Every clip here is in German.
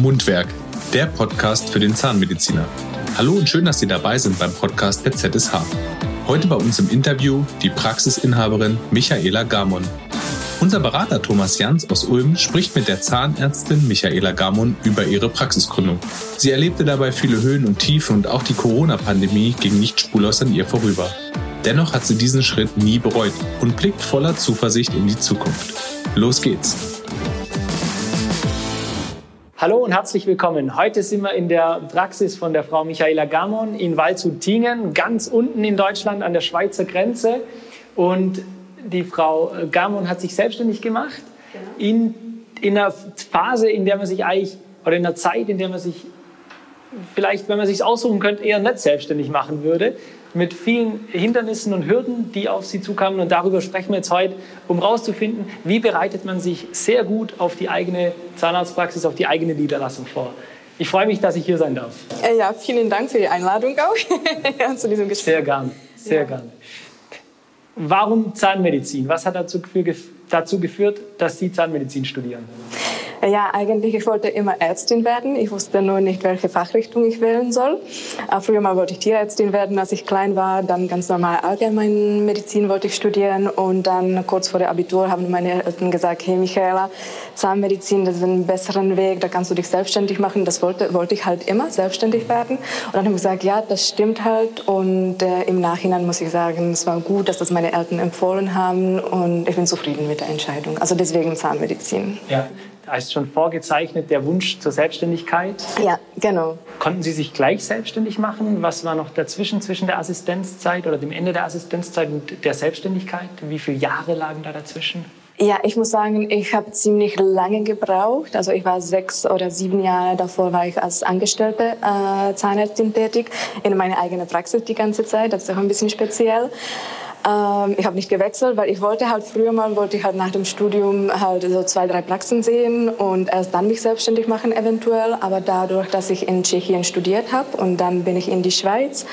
Mundwerk, der Podcast für den Zahnmediziner. Hallo und schön, dass Sie dabei sind beim Podcast der ZSH. Heute bei uns im Interview die Praxisinhaberin Michaela Gamon. Unser Berater Thomas Jans aus Ulm spricht mit der Zahnärztin Michaela Gamon über ihre Praxisgründung. Sie erlebte dabei viele Höhen und Tiefen und auch die Corona-Pandemie ging nicht spurlos an ihr vorüber. Dennoch hat sie diesen Schritt nie bereut und blickt voller Zuversicht in die Zukunft. Los geht's! Hallo und herzlich willkommen. Heute sind wir in der Praxis von der Frau Michaela Gamon in Waldshut-Tiengen, ganz unten in Deutschland an der Schweizer Grenze. Und die Frau Gamon hat sich selbstständig gemacht in einer Phase, in der man sich eigentlich, oder in einer Zeit, in der man sich vielleicht, wenn man sich aussuchen könnte, eher nicht selbstständig machen würde, mit vielen Hindernissen und Hürden, die auf sie zukamen. Und darüber sprechen wir jetzt heute, um herauszufinden, wie bereitet man sich sehr gut auf die eigene Zahnarztpraxis, auf die eigene Niederlassung vor. Ich freue mich, dass ich hier sein darf. Ja, vielen Dank für die Einladung auch zu diesem Gespräch. Sehr gern, sehr gern. Warum Zahnmedizin? Was hat dazu geführt, dass Sie Zahnmedizin studieren? Ja, eigentlich, ich wollte immer Ärztin werden. Ich wusste nur nicht, welche Fachrichtung ich wählen soll. Früher mal wollte ich Tierärztin werden, als ich klein war. Dann ganz normal Allgemeinmedizin wollte ich studieren. Und dann kurz vor der Abitur haben meine Eltern gesagt, hey Michaela, Zahnmedizin, das ist ein besseren Weg, da kannst du dich selbstständig machen. Das wollte ich halt immer, selbstständig werden. Und dann habe ich gesagt, ja, das stimmt halt. Und im Nachhinein muss ich sagen, es war gut, dass das meine Eltern empfohlen haben. Und ich bin zufrieden mit der Entscheidung. Also deswegen Zahnmedizin. Ja. Da ist schon vorgezeichnet der Wunsch zur Selbstständigkeit. Ja, genau. Konnten Sie sich gleich selbstständig machen? Was war noch dazwischen, zwischen der Assistenzzeit oder dem Ende der Assistenzzeit und der Selbstständigkeit? Wie viele Jahre lagen da dazwischen? Ja, ich muss sagen, ich habe ziemlich lange gebraucht. Also ich war 6 oder 7 Jahre davor war ich als Angestellte Zahnärztin tätig in meiner eigenen Praxis die ganze Zeit. Das ist auch ein bisschen speziell. Ich habe nicht gewechselt, weil ich wollte halt nach dem Studium halt so 2, 3 Praxen sehen und erst dann mich selbstständig machen eventuell. Aber dadurch, dass ich in Tschechien studiert habe und dann bin ich in die Schweiz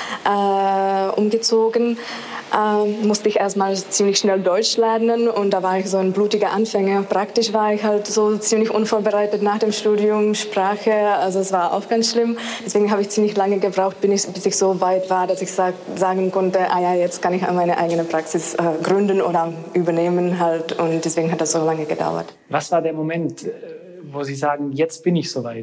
umgezogen, musste ich erstmal ziemlich schnell Deutsch lernen und da war ich so ein blutiger Anfänger. Praktisch war ich halt so ziemlich unvorbereitet nach dem Studium, Sprache, also es war auch ganz schlimm. Deswegen habe ich ziemlich lange gebraucht, bis ich so weit war, dass ich sagen konnte, ja, jetzt kann ich meine eigene Praxis gründen oder übernehmen halt und deswegen hat das so lange gedauert. Was war der Moment, wo Sie sagen, jetzt bin ich soweit?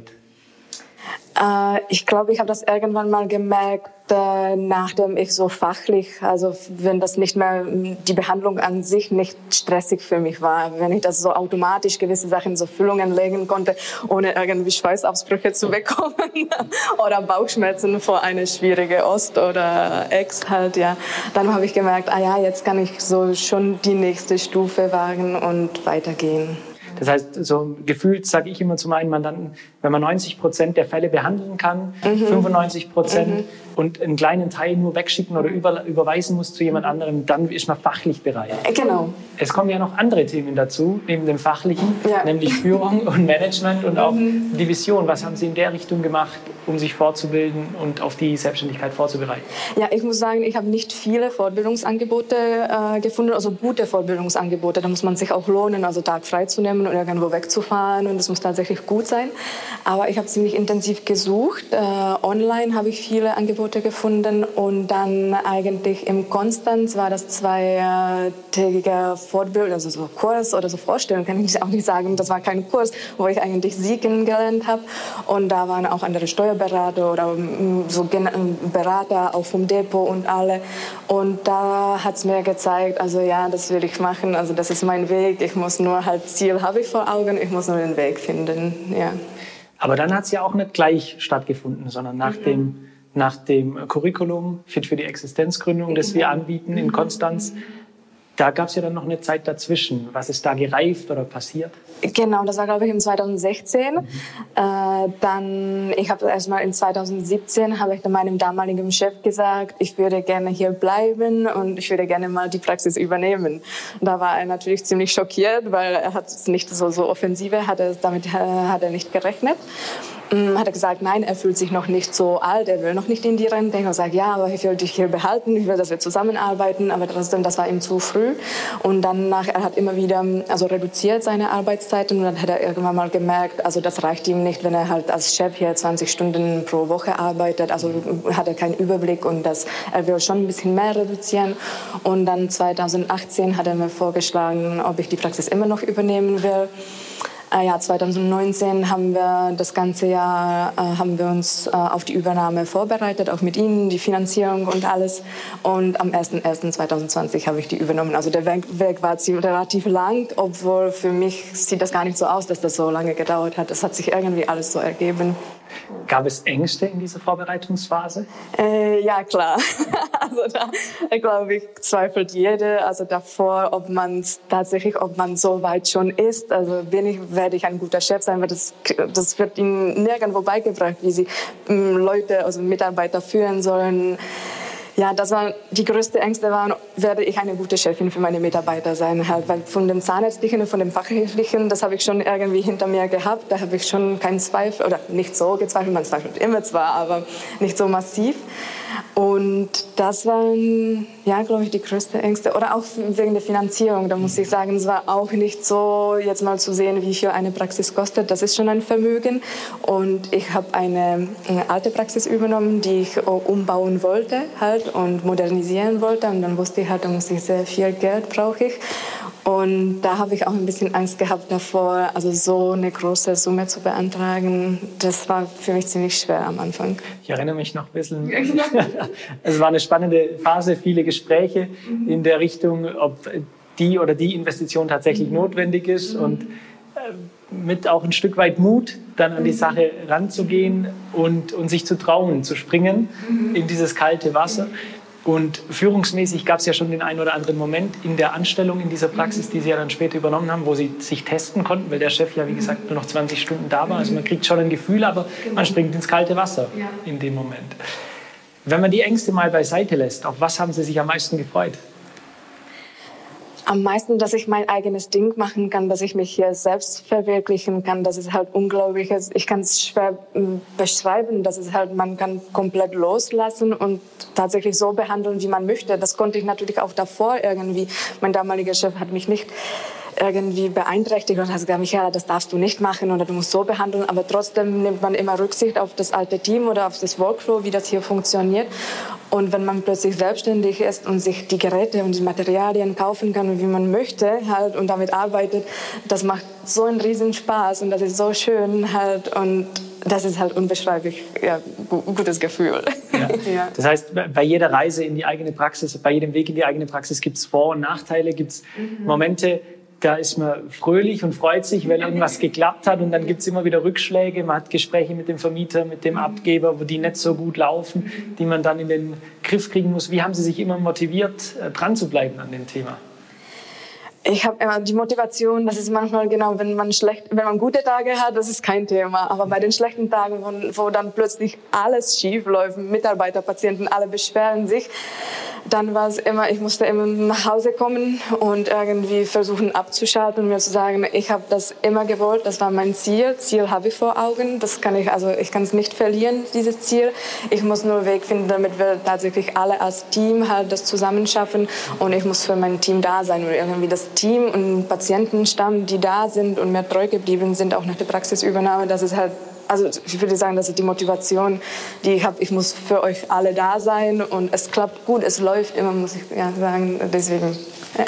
Ich glaube, ich habe das irgendwann mal gemerkt, nachdem ich so fachlich, also wenn das nicht mehr, die Behandlung an sich nicht stressig für mich war, wenn ich das so automatisch gewisse Sachen, so Füllungen legen konnte, ohne irgendwie Schweißausbrüche zu bekommen oder Bauchschmerzen vor einer schwierigen Ost oder Ex halt, ja. Dann habe ich gemerkt, ja, jetzt kann ich so schon die nächste Stufe wagen und weitergehen. Das heißt, so gefühlt sage ich immer zu meinen Mandanten, wenn man 90% der Fälle behandeln kann, 95% und einen kleinen Teil nur wegschicken oder überweisen muss zu jemand anderem, dann ist man fachlich bereit. Genau. Es kommen ja noch andere Themen dazu, neben dem Fachlichen, nämlich Führung und Management und auch die Vision. Was haben Sie in der Richtung gemacht, um sich fortzubilden und auf die Selbstständigkeit vorzubereiten? Ja, ich muss sagen, ich habe nicht viele Fortbildungsangebote gefunden, also gute Fortbildungsangebote. Da muss man sich auch lohnen, also Tag frei zu nehmen und irgendwo wegzufahren und das muss tatsächlich gut sein. Aber ich habe ziemlich intensiv gesucht. Online habe ich viele Angebote gefunden und dann eigentlich in Konstanz war das 2-tägiger Fortbildung, also so Kurs oder so Vorstellung, kann ich auch nicht sagen. Das war kein Kurs, wo ich eigentlich Sie kennengelernt habe. Und da waren auch andere Steuerberater oder so Berater auch vom Depot und alle. Und da hat es mir gezeigt, also ja, das will ich machen, also das ist mein Weg. Ich muss nur halt, Ziel habe ich vor Augen, ich muss nur den Weg finden, ja. Aber dann hat es ja auch nicht gleich stattgefunden, sondern nach dem Curriculum Fit für die Existenzgründung, das wir anbieten in Konstanz, da gab es ja dann noch eine Zeit dazwischen. Was ist da gereift oder passiert? Genau, das war, glaube ich, im 2016. Ich habe erstmal in 2017 habe ich dann meinem damaligen Chef gesagt, ich würde gerne hier bleiben und ich würde gerne mal die Praxis übernehmen. Da war er natürlich ziemlich schockiert, weil er hat es nicht so offensive, damit hat er nicht gerechnet. hat er gesagt, nein, er fühlt sich noch nicht so alt, er will noch nicht in die Rente. Ich habe gesagt, ja, aber ich will dich hier behalten, ich will, dass wir zusammenarbeiten, aber trotzdem, das war ihm zu früh. Und danach, er hat immer wieder reduziert seine Arbeitszeiten und dann hat er irgendwann mal gemerkt, also das reicht ihm nicht, wenn er halt als Chef hier 20 Stunden pro Woche arbeitet, also hat er keinen Überblick und er will schon ein bisschen mehr reduzieren. Und dann 2018 hat er mir vorgeschlagen, ob ich die Praxis immer noch übernehmen will. 2019 haben wir das ganze Jahr uns auf die Übernahme vorbereitet, auch mit Ihnen, die Finanzierung und alles. Und am 01.01.2020 habe ich die übernommen. Also der Weg war relativ lang, obwohl für mich sieht das gar nicht so aus, dass das so lange gedauert hat. Es hat sich irgendwie alles so ergeben. Gab es Ängste in dieser Vorbereitungsphase? Ja, klar. Also da, glaube ich, zweifelt jeder. Also davor, ob man so weit schon ist. Also werde ich ein guter Chef sein, weil das wird ihnen nirgendwo beigebracht, wie sie Leute, also Mitarbeiter führen sollen. Ja, das war die größte Ängste werde ich eine gute Chefin für meine Mitarbeiter sein, halt, weil von dem Zahnärztlichen und von dem Fachlichen, das habe ich schon irgendwie hinter mir gehabt, da habe ich schon keinen Zweifel, oder nicht so gezweifelt, man zweifelt immer zwar, aber nicht so massiv. Und das waren, ja, glaube ich, die größten Ängste. Oder auch wegen der Finanzierung. Da muss ich sagen, es war auch nicht so, jetzt mal zu sehen, wie viel eine Praxis kostet. Das ist schon ein Vermögen. Und ich habe eine alte Praxis übernommen, die ich umbauen wollte halt und modernisieren wollte. Und dann wusste ich halt, da muss ich sehr viel Geld brauche ich. Und da habe ich auch ein bisschen Angst gehabt davor, also so eine große Summe zu beantragen. Das war für mich ziemlich schwer am Anfang. Ich erinnere mich noch ein bisschen. Es war eine spannende Phase, viele Gespräche in der Richtung, ob die oder die Investition tatsächlich notwendig ist und mit auch ein Stück weit Mut, dann an die Sache ranzugehen und sich zu trauen, zu springen in dieses kalte Wasser. Und führungsmäßig gab es ja schon den einen oder anderen Moment in der Anstellung in dieser Praxis, die Sie ja dann später übernommen haben, wo Sie sich testen konnten, weil der Chef ja, wie gesagt, nur noch 20 Stunden da war. Also man kriegt schon ein Gefühl, aber man springt ins kalte Wasser in dem Moment. Wenn man die Ängste mal beiseite lässt, auf was haben Sie sich am meisten gefreut? Am meisten, dass ich mein eigenes Ding machen kann, dass ich mich hier selbst verwirklichen kann. Das ist halt unglaublich. Ich kann es schwer beschreiben. Das ist halt, man kann komplett loslassen und tatsächlich so behandeln, wie man möchte. Das konnte ich natürlich auch davor irgendwie. Mein damaliger Chef hat mich nicht irgendwie beeinträchtigt und hat gesagt, Michaela, das darfst du nicht machen oder du musst so behandeln. Aber trotzdem nimmt man immer Rücksicht auf das alte Team oder auf das Workflow, wie das hier funktioniert. Und wenn man plötzlich selbstständig ist und sich die Geräte und die Materialien kaufen kann, wie man möchte halt, und damit arbeitet, das macht so einen riesen Spaß und das ist so schön halt, und das ist halt unbeschreiblich, ja, gutes Gefühl. Ja. Ja. Das heißt, bei jeder Reise in die eigene Praxis, bei jedem Weg in die eigene Praxis gibt es Vor- und Nachteile, gibt es Momente, da ist man fröhlich und freut sich, weil irgendwas geklappt hat, und dann gibt es immer wieder Rückschläge. Man hat Gespräche mit dem Vermieter, mit dem Abgeber, wo die nicht so gut laufen, die man dann in den Griff kriegen muss. Wie haben Sie sich immer motiviert, dran zu bleiben an dem Thema? Ich habe immer die Motivation, das ist manchmal genau, wenn man gute Tage hat, das ist kein Thema. Aber bei den schlechten Tagen, wo dann plötzlich alles schief läuft, Mitarbeiter, Patienten, alle beschweren sich, dann war es immer, ich musste immer nach Hause kommen und irgendwie versuchen abzuschalten und mir zu sagen, ich habe das immer gewollt, das war mein Ziel. Ziel habe ich vor Augen, ich kann es nicht verlieren, dieses Ziel. Ich muss nur einen Weg finden, damit wir tatsächlich alle als Team halt das zusammen schaffen, und ich muss für mein Team da sein, und irgendwie das Team und Patientenstamm, die da sind und mir treu geblieben sind, auch nach der Praxisübernahme, das ist halt, also ich würde sagen, das ist die Motivation, die ich habe. Ich muss für euch alle da sein und es klappt gut, es läuft immer, muss ich sagen, deswegen.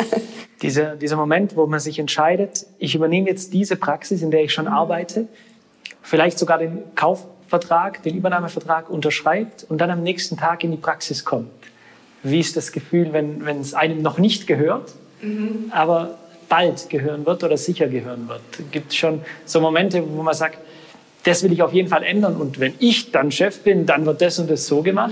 Dieser Moment, wo man sich entscheidet, ich übernehme jetzt diese Praxis, in der ich schon arbeite, vielleicht sogar den Kaufvertrag, den Übernahmevertrag unterschreibt und dann am nächsten Tag in die Praxis kommt. Wie ist das Gefühl, wenn es einem noch nicht gehört, aber bald gehören wird oder sicher gehören wird? Gibt es schon so Momente, wo man sagt, das will ich auf jeden Fall ändern, und wenn ich dann Chef bin, dann wird das und das so gemacht?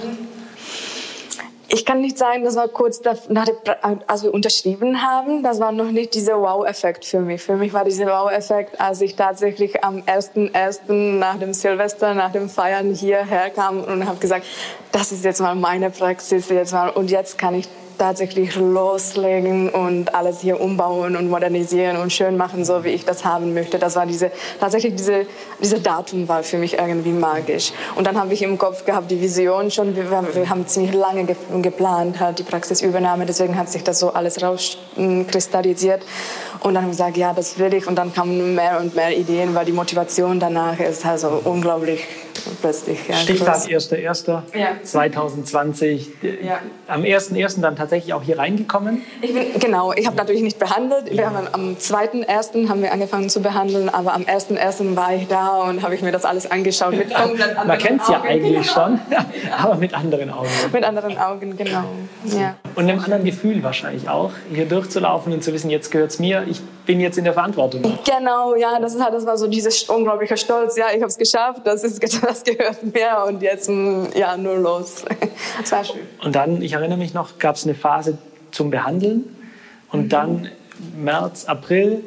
Ich kann nicht sagen, das war kurz als wir unterschrieben haben, das war noch nicht dieser Wow-Effekt für mich. Für mich war dieser Wow-Effekt, als ich tatsächlich am 1.1. nach dem Silvester, nach dem Feiern hierher kam und habe gesagt, das ist jetzt mal meine Praxis, und jetzt kann ich tatsächlich loslegen und alles hier umbauen und modernisieren und schön machen, so wie ich das haben möchte. Das war diese Datum war für mich irgendwie magisch. Und dann habe ich im Kopf gehabt, die Vision schon, wir haben ziemlich lange geplant, halt die Praxisübernahme, deswegen hat sich das so alles rauskristallisiert. Und dann habe ich gesagt, ja, das will ich. Und dann kamen mehr und mehr Ideen, weil die Motivation danach ist also unglaublich plötzlich. Ja, Stichtag 1.1.2020. Ja. Am 1.1. dann tatsächlich auch hier reingekommen? Ich habe natürlich nicht behandelt. Wir haben am 2.1. haben wir angefangen zu behandeln, aber am 1.1. war ich da und habe ich mir das alles angeschaut. Mit Man kennt es ja eigentlich schon, aber mit anderen Augen. Mit anderen Augen, genau. Ja. Und einem anderen Gefühl wahrscheinlich auch, hier durchzulaufen und zu wissen, jetzt gehört es mir, ich bin jetzt in der Verantwortung. Genau, ja, das war so dieses unglaubliche Stolz. Ja, ich habe es geschafft, das gehört mir und jetzt ja, nur los. Das war schön. Und dann, ich erinnere mich noch, gab es eine Phase zum Behandeln und dann März, April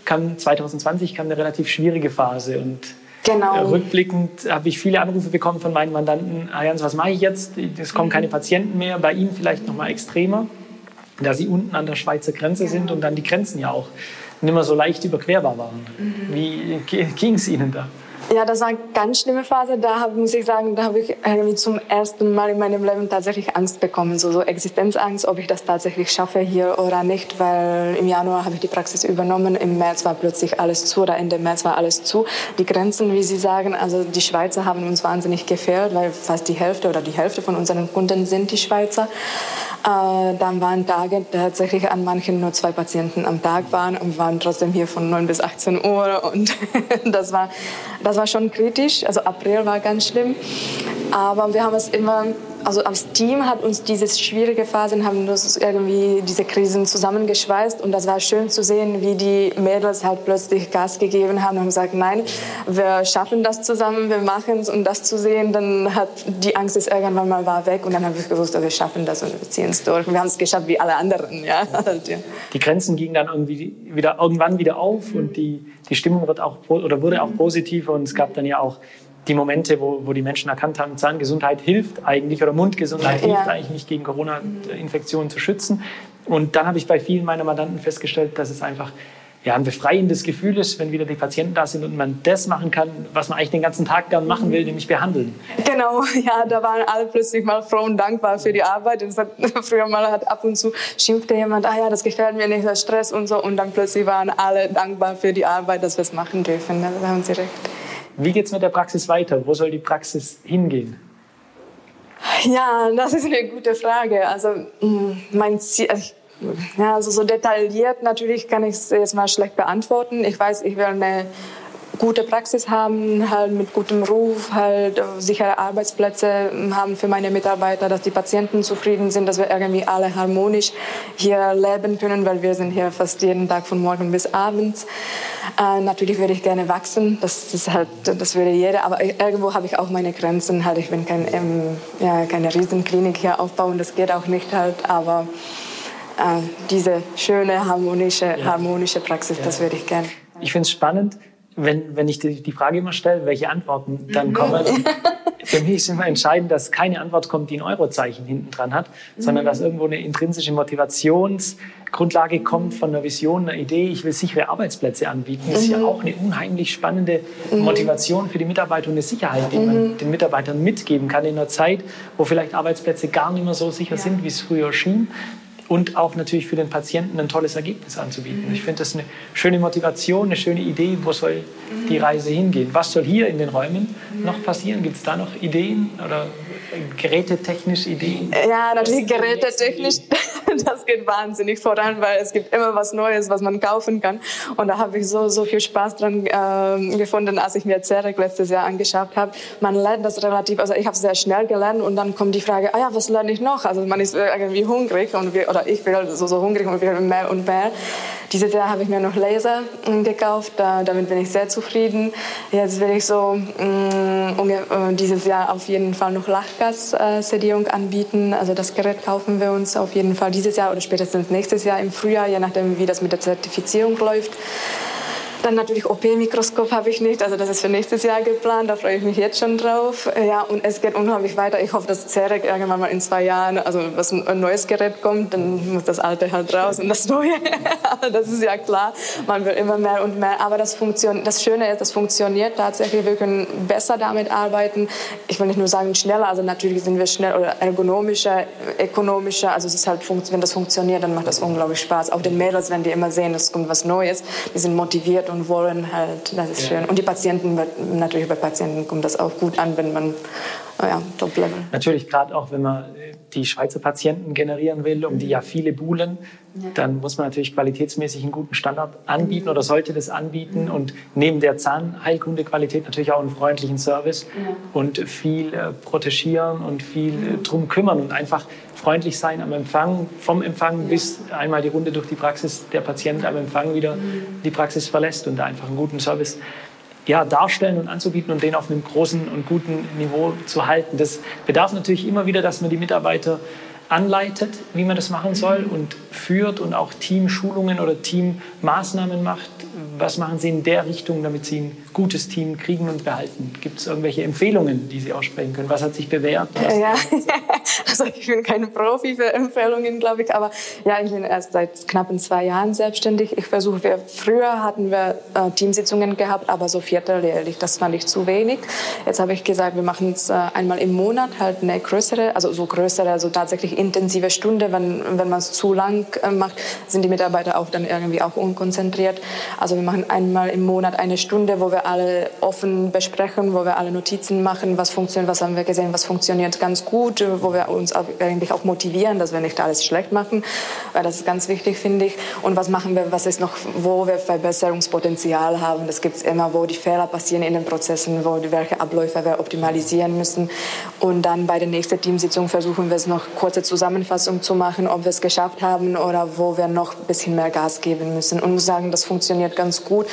2020 kam eine relativ schwierige Phase und genau. Rückblickend habe ich viele Anrufe bekommen von meinen Mandanten. Jans, was mache ich jetzt? Es kommen keine Patienten mehr. Bei Ihnen vielleicht noch mal extremer, da Sie unten an der Schweizer Grenze sind und dann die Grenzen ja auch nicht mehr so leicht überquerbar waren. Wie ging es Ihnen da? Ja, das war eine ganz schlimme Phase. Muss ich sagen, da habe ich irgendwie zum ersten Mal in meinem Leben tatsächlich Angst bekommen. So Existenzangst, ob ich das tatsächlich schaffe hier oder nicht. Weil im Januar habe ich die Praxis übernommen. Im März war plötzlich alles zu oder Ende März war alles zu. Die Grenzen, wie Sie sagen, also die Schweizer haben uns wahnsinnig gefehlt, weil fast die Hälfte von unseren Kunden sind die Schweizer. Dann waren Tage tatsächlich an manchen nur 2 Patienten am Tag waren und wir waren trotzdem hier von 9 bis 18 Uhr und das war schon kritisch. Also April war ganz schlimm, aber wir haben es immer, also als Team hat uns diese schwierige Phasen, haben uns irgendwie diese Krisen zusammengeschweißt und das war schön zu sehen, wie die Mädels halt plötzlich Gas gegeben haben und gesagt, nein, wir schaffen das zusammen, wir machen es und das zu sehen, dann hat die Angst ist irgendwann mal war weg und dann haben wir gewusst, wir schaffen das und wir ziehen es durch. Und wir haben es geschafft wie alle anderen. Ja. Die Grenzen gingen dann irgendwann wieder auf und die Stimmung wurde auch positiver und es gab dann ja auch die Momente, wo die Menschen erkannt haben, Zahngesundheit hilft eigentlich oder Mundgesundheit hilft eigentlich nicht gegen Corona-Infektionen zu schützen. Und dann habe ich bei vielen meiner Mandanten festgestellt, dass es einfach ein befreiendes Gefühl ist, wenn wieder die Patienten da sind und man das machen kann, was man eigentlich den ganzen Tag gern machen will, nämlich behandeln. Genau, ja, da waren alle plötzlich mal froh und dankbar für die Arbeit. Früher mal hat ab und zu schimpfte jemand, das gefällt mir nicht, der Stress und so. Und dann plötzlich waren alle dankbar für die Arbeit, dass wir es machen dürfen. Da haben Sie recht. Wie geht es mit der Praxis weiter? Wo soll die Praxis hingehen? Ja, das ist eine gute Frage. Also mein Ziel, also so detailliert natürlich kann ich es jetzt mal schlecht beantworten. Ich weiß, ich will eine gute Praxis haben, halt mit gutem Ruf, halt sichere Arbeitsplätze haben für meine Mitarbeiter, dass die Patienten zufrieden sind, dass wir irgendwie alle harmonisch hier leben können, weil wir sind hier fast jeden Tag von morgen bis abends. Natürlich würde ich gerne wachsen, das würde jeder, aber irgendwo habe ich auch meine Grenzen. Halt, ich will keine Riesenklinik hier aufbauen, das geht auch nicht halt, aber diese schöne, harmonische Praxis, das würde ich gerne. Ich finde es spannend, wenn ich die Frage immer stelle, welche Antworten dann kommen. Für mich ist immer entscheidend, dass keine Antwort kommt, die ein Eurozeichen hinten dran hat, sondern dass irgendwo eine intrinsische Motivationsgrundlage kommt von einer Vision, einer Idee. Ich will sichere Arbeitsplätze anbieten. Das ist ja auch eine unheimlich spannende Motivation für die Mitarbeiter und eine Sicherheit, die man den Mitarbeitern mitgeben kann in einer Zeit, wo vielleicht Arbeitsplätze gar nicht mehr so sicher sind, wie es früher schien. Und auch natürlich für den Patienten ein tolles Ergebnis anzubieten. Ich finde das eine schöne Motivation, eine schöne Idee, wo soll die Reise hingehen. Was soll hier in den Räumen noch passieren? Gibt es da noch Ideen oder gerätetechnisch Ideen? Ja, natürlich gerätetechnisch, das geht wahnsinnig voran, weil es gibt immer was Neues, was man kaufen kann. Und da habe ich so viel Spaß dran gefunden, als ich mir CEREC letztes Jahr angeschafft habe. Man lernt das relativ, also ich habe sehr schnell gelernt und dann kommt die Frage, was lerne ich noch? Also man ist irgendwie hungrig oder ich bin so hungrig und will mehr und mehr. Dieses Jahr habe ich mir noch Laser gekauft, damit bin ich sehr zufrieden. Jetzt will ich dieses Jahr auf jeden Fall noch Lachgassedierung anbieten. Also das Gerät kaufen wir uns auf jeden Fall dieses Jahr oder spätestens nächstes Jahr im Frühjahr, je nachdem wie das mit der Zertifizierung läuft. Dann natürlich OP-Mikroskop habe ich nicht, also das ist für nächstes Jahr geplant, da freue ich mich jetzt schon drauf. Ja, und es geht unheimlich weiter. Ich hoffe, dass CEREC irgendwann mal in 2 Jahren, also was ein neues Gerät kommt, dann muss das alte halt raus und das neue. Das ist ja klar, man will immer mehr und mehr, aber das Schöne ist, das funktioniert tatsächlich, wir können besser damit arbeiten. Ich will nicht nur sagen schneller, also natürlich sind wir schnell oder ergonomischer, ökonomischer, also es ist halt, wenn das funktioniert, dann macht das unglaublich Spaß. Auch den Mädels, wenn die immer sehen, es kommt was Neues, die sind motiviert und wollen halt, das ist schön. Und die Patienten, natürlich bei Patienten kommt das auch gut an, wenn man Top-Level. Natürlich, gerade auch wenn man die Schweizer Patienten generieren will, um die ja viele buhlen, dann muss man natürlich qualitätsmäßig einen guten Standard anbieten oder sollte das anbieten und neben der Zahnheilkunde-Qualität natürlich auch einen freundlichen Service und viel protegieren und viel drum kümmern und einfach freundlich sein am Empfang, vom Empfang bis einmal die Runde durch die Praxis, der Patient am Empfang wieder die Praxis verlässt und da einfach einen guten Service darstellen und anzubieten und den auf einem großen und guten Niveau zu halten. Das bedarf natürlich immer wieder, dass man die Mitarbeiter anleitet, wie man das machen soll und führt und auch Teamschulungen oder Teammaßnahmen macht. Was machen Sie in der Richtung, damit Sie ein gutes Team kriegen und behalten? Gibt es irgendwelche Empfehlungen, die Sie aussprechen können? Was hat sich bewährt? Also ich bin keine Profi für Empfehlungen, glaube ich, aber ja, ich bin erst seit knappen 2 Jahren selbstständig. Früher hatten wir Teamsitzungen gehabt, aber so vierteljährlich, das fand ich zu wenig. Jetzt habe ich gesagt, wir machen es einmal im Monat, halt eine größere, also tatsächlich intensive Stunde. Wenn man es zu lang macht, sind die Mitarbeiter auch dann irgendwie auch unkonzentriert. Also wir machen einmal im Monat eine Stunde, wo wir alle offen besprechen, wo wir alle Notizen machen, was funktioniert, was haben wir gesehen, was funktioniert ganz gut, wo wir uns eigentlich auch motivieren, dass wir nicht alles schlecht machen, weil das ist ganz wichtig, finde ich. Und was machen wir, was ist noch, wo wir Verbesserungspotenzial haben. Das gibt es immer, wo die Fehler passieren in den Prozessen, welche Abläufe wir optimalisieren müssen. Und dann bei der nächsten Teamsitzung versuchen wir es noch kurze Zusammenfassung zu machen, ob wir es geschafft haben oder wo wir noch ein bisschen mehr Gas geben müssen. Und ich muss sagen, das funktioniert ganz gut.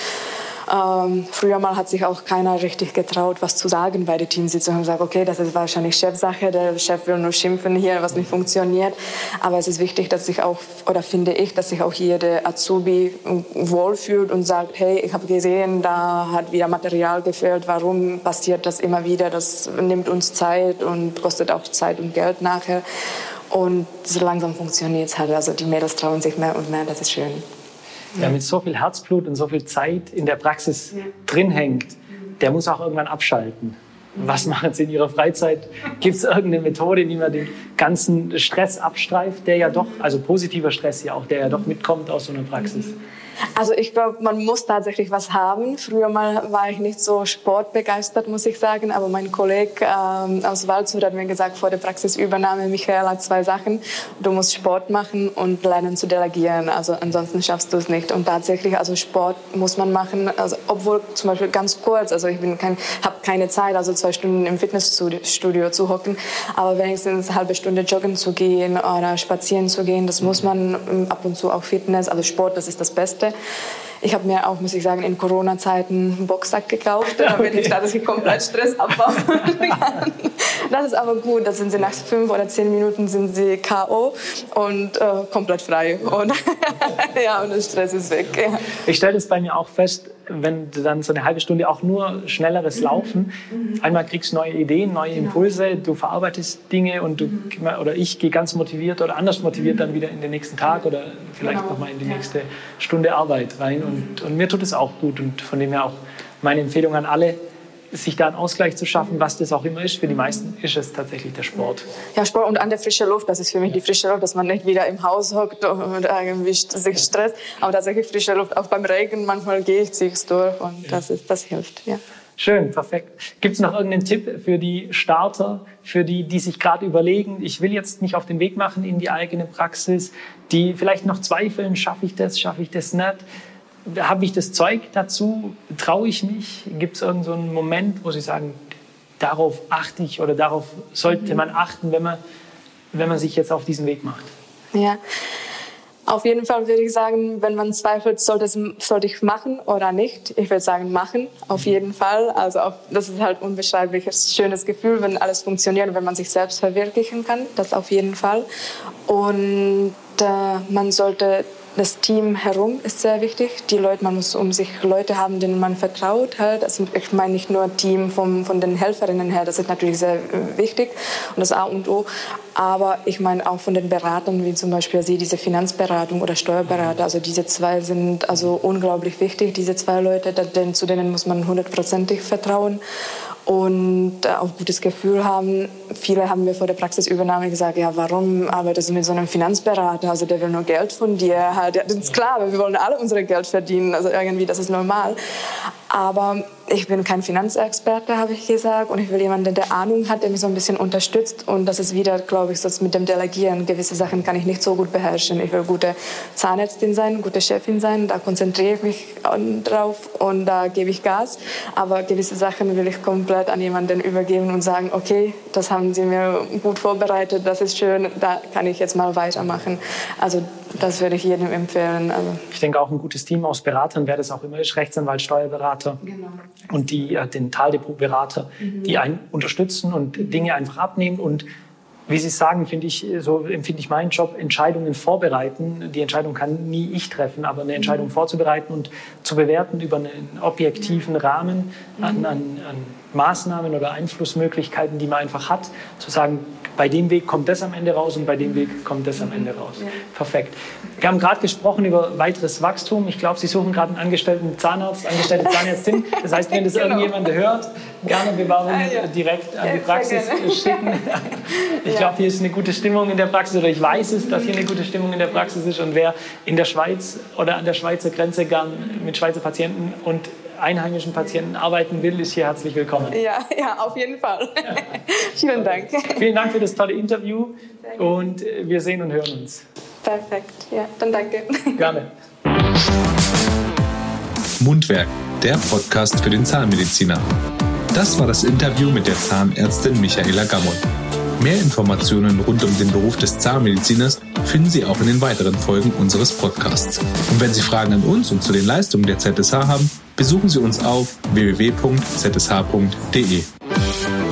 Früher mal hat sich auch keiner richtig getraut, was zu sagen bei der Teamsitzung. Und gesagt, okay, das ist wahrscheinlich Chefsache, der Chef will nur schimpfen hier, was nicht funktioniert. Aber es ist wichtig, dass sich auch, oder finde ich, dass sich auch jede Azubi wohlfühlt und sagt, hey, ich habe gesehen, da hat wieder Material gefehlt, warum passiert das immer wieder? Das nimmt uns Zeit und kostet auch Zeit und Geld nachher. Und so langsam funktioniert es halt. Also die Mädels trauen sich mehr und mehr, das ist schön. Wer mit so viel Herzblut und so viel Zeit in der Praxis drin hängt, der muss auch irgendwann abschalten. Was machen Sie in Ihrer Freizeit? Gibt es irgendeine Methode, wie man den ganzen Stress abstreift, der ja doch, also positiver Stress ja auch, der ja doch mitkommt aus so einer Praxis? Also ich glaube, man muss tatsächlich was haben. Früher mal war ich nicht so sportbegeistert, muss ich sagen. Aber mein Kollege aus Waldshut hat mir gesagt, vor der Praxisübernahme, Michael hat 2 Sachen. Du musst Sport machen und lernen zu delegieren. Also ansonsten schaffst du es nicht. Und tatsächlich, also Sport muss man machen. Also, obwohl zum Beispiel ganz kurz, also ich habe keine Zeit, also 2 Stunden im Fitnessstudio zu hocken. Aber wenigstens eine halbe Stunde joggen zu gehen oder spazieren zu gehen, das muss man ab und zu auch Fitness. Also Sport, das ist das Beste. Ich habe mir auch, muss ich sagen, in Corona-Zeiten einen Boxsack gekauft, damit ich dadurch komplett Stress abbauen kann. Das ist aber gut, da sind sie nach 5 oder 10 Minuten sind sie K.O. und komplett frei. Und, ja, und der Stress ist weg. Ja. Ich stelle das bei mir auch fest, wenn dann so eine halbe Stunde auch nur schnelleres Laufen, einmal kriegst du neue Ideen, neue Impulse, du verarbeitest Dinge und ich gehe ganz motiviert oder anders motiviert dann wieder in den nächsten Tag oder vielleicht nochmal in die nächste Stunde Arbeit rein und mir tut es auch gut und von dem her auch meine Empfehlung an alle, sich da einen Ausgleich zu schaffen, was das auch immer ist. Für die meisten ist es tatsächlich der Sport. Ja, Sport und an der frischen Luft, das ist für mich die frische Luft, dass man nicht wieder im Haus hockt und irgendwie sich stresst. Aber tatsächlich frische Luft, auch beim Regen, manchmal ziehe ich es durch und das hilft. Ja. Schön, perfekt. Gibt es noch irgendeinen Tipp für die Starter, für die sich gerade überlegen, ich will jetzt nicht auf den Weg machen in die eigene Praxis, die vielleicht noch zweifeln, schaffe ich das nicht? Habe ich das Zeug dazu? Traue ich mich? Gibt es irgendeinen so einen Moment, wo Sie sagen, darauf achte ich oder darauf sollte man achten, wenn man sich jetzt auf diesen Weg macht? Ja, auf jeden Fall würde ich sagen, wenn man zweifelt, sollte ich machen oder nicht? Ich würde sagen, machen, auf jeden Fall. Also das ist halt unbeschreibliches, schönes Gefühl, wenn alles funktioniert und wenn man sich selbst verwirklichen kann, das auf jeden Fall. Und man sollte das Team herum ist sehr wichtig. Die Leute, man muss um sich Leute haben, denen man vertraut. Halt. Also ich meine nicht nur Team von den Helferinnen her, das ist natürlich sehr wichtig und das A und O. Aber ich meine auch von den Beratern, wie zum Beispiel diese Finanzberatung oder Steuerberater. Also diese zwei sind also unglaublich wichtig. Diese zwei Leute, zu denen muss man 100%ig vertrauen und auch ein gutes Gefühl haben. Viele haben mir vor der Praxisübernahme gesagt, ja, warum arbeitest du mit so einem Finanzberater? Also der will nur Geld von dir. Ja, das ist klar, wir wollen alle unser Geld verdienen. Also irgendwie, das ist normal. Aber ich bin kein Finanzexperte, habe ich gesagt. Und ich will jemanden, der Ahnung hat, der mich so ein bisschen unterstützt. Und das ist wieder, glaube ich, so mit dem Delegieren. Gewisse Sachen kann ich nicht so gut beherrschen. Ich will gute Zahnärztin sein, gute Chefin sein. Da konzentriere ich mich drauf und da gebe ich Gas. Aber gewisse Sachen will ich komplett an jemanden übergeben und sagen, okay, das haben Sie mir gut vorbereitet, das ist schön, da kann ich jetzt mal weitermachen. Also das würde ich jedem empfehlen. Also. Ich denke auch ein gutes Team aus Beratern, wer das auch immer ist, Rechtsanwalt, Steuerberater und die Dentaldepot-Berater, die einen unterstützen und Dinge einfach abnehmen und wie Sie sagen, so empfinde ich meinen Job, Entscheidungen vorbereiten. Die Entscheidung kann nie ich treffen, aber eine Entscheidung vorzubereiten und zu bewerten über einen objektiven Rahmen an Maßnahmen oder Einflussmöglichkeiten, die man einfach hat, zu sagen, bei dem Weg kommt das am Ende raus und bei dem Weg kommt das am Ende raus. Ja. Perfekt. Wir haben gerade gesprochen über weiteres Wachstum. Ich glaube, Sie suchen gerade einen angestellten Zahnarzt, angestellte Zahnärztin. Das heißt, wenn das irgendjemand hört, gerne Bewerbung direkt an die Praxis schicken. Ich glaube, hier ist eine gute Stimmung in der Praxis oder ich weiß es, dass hier eine gute Stimmung in der Praxis ist und wer in der Schweiz oder an der Schweizer Grenze gern mit Schweizer Patienten und einheimischen Patienten arbeiten will, ist hier herzlich willkommen. Ja, auf jeden Fall. Ja. Vielen Dank. Vielen Dank für das tolle Interview und wir sehen und hören uns. Perfekt, ja, dann danke. Gerne. Mundwerk, der Podcast für den Zahnmediziner. Das war das Interview mit der Zahnärztin Michaela Gammon. Mehr Informationen rund um den Beruf des Zahnmediziners finden Sie auch in den weiteren Folgen unseres Podcasts. Und wenn Sie Fragen an uns und zu den Leistungen der ZSH haben, besuchen Sie uns auf www.zsh.de.